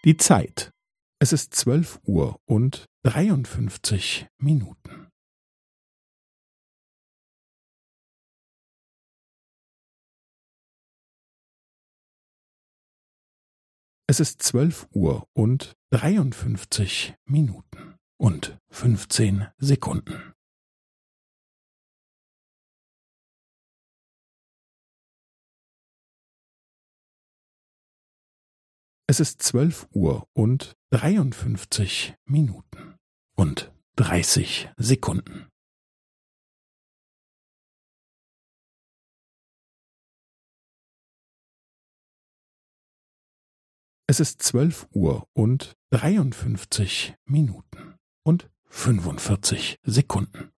Die Zeit. Es ist 12:53. Es ist 12:53 und 15 Sekunden. Es ist 12:53 und 30 Sekunden. Es ist 12:53 und 45 Sekunden.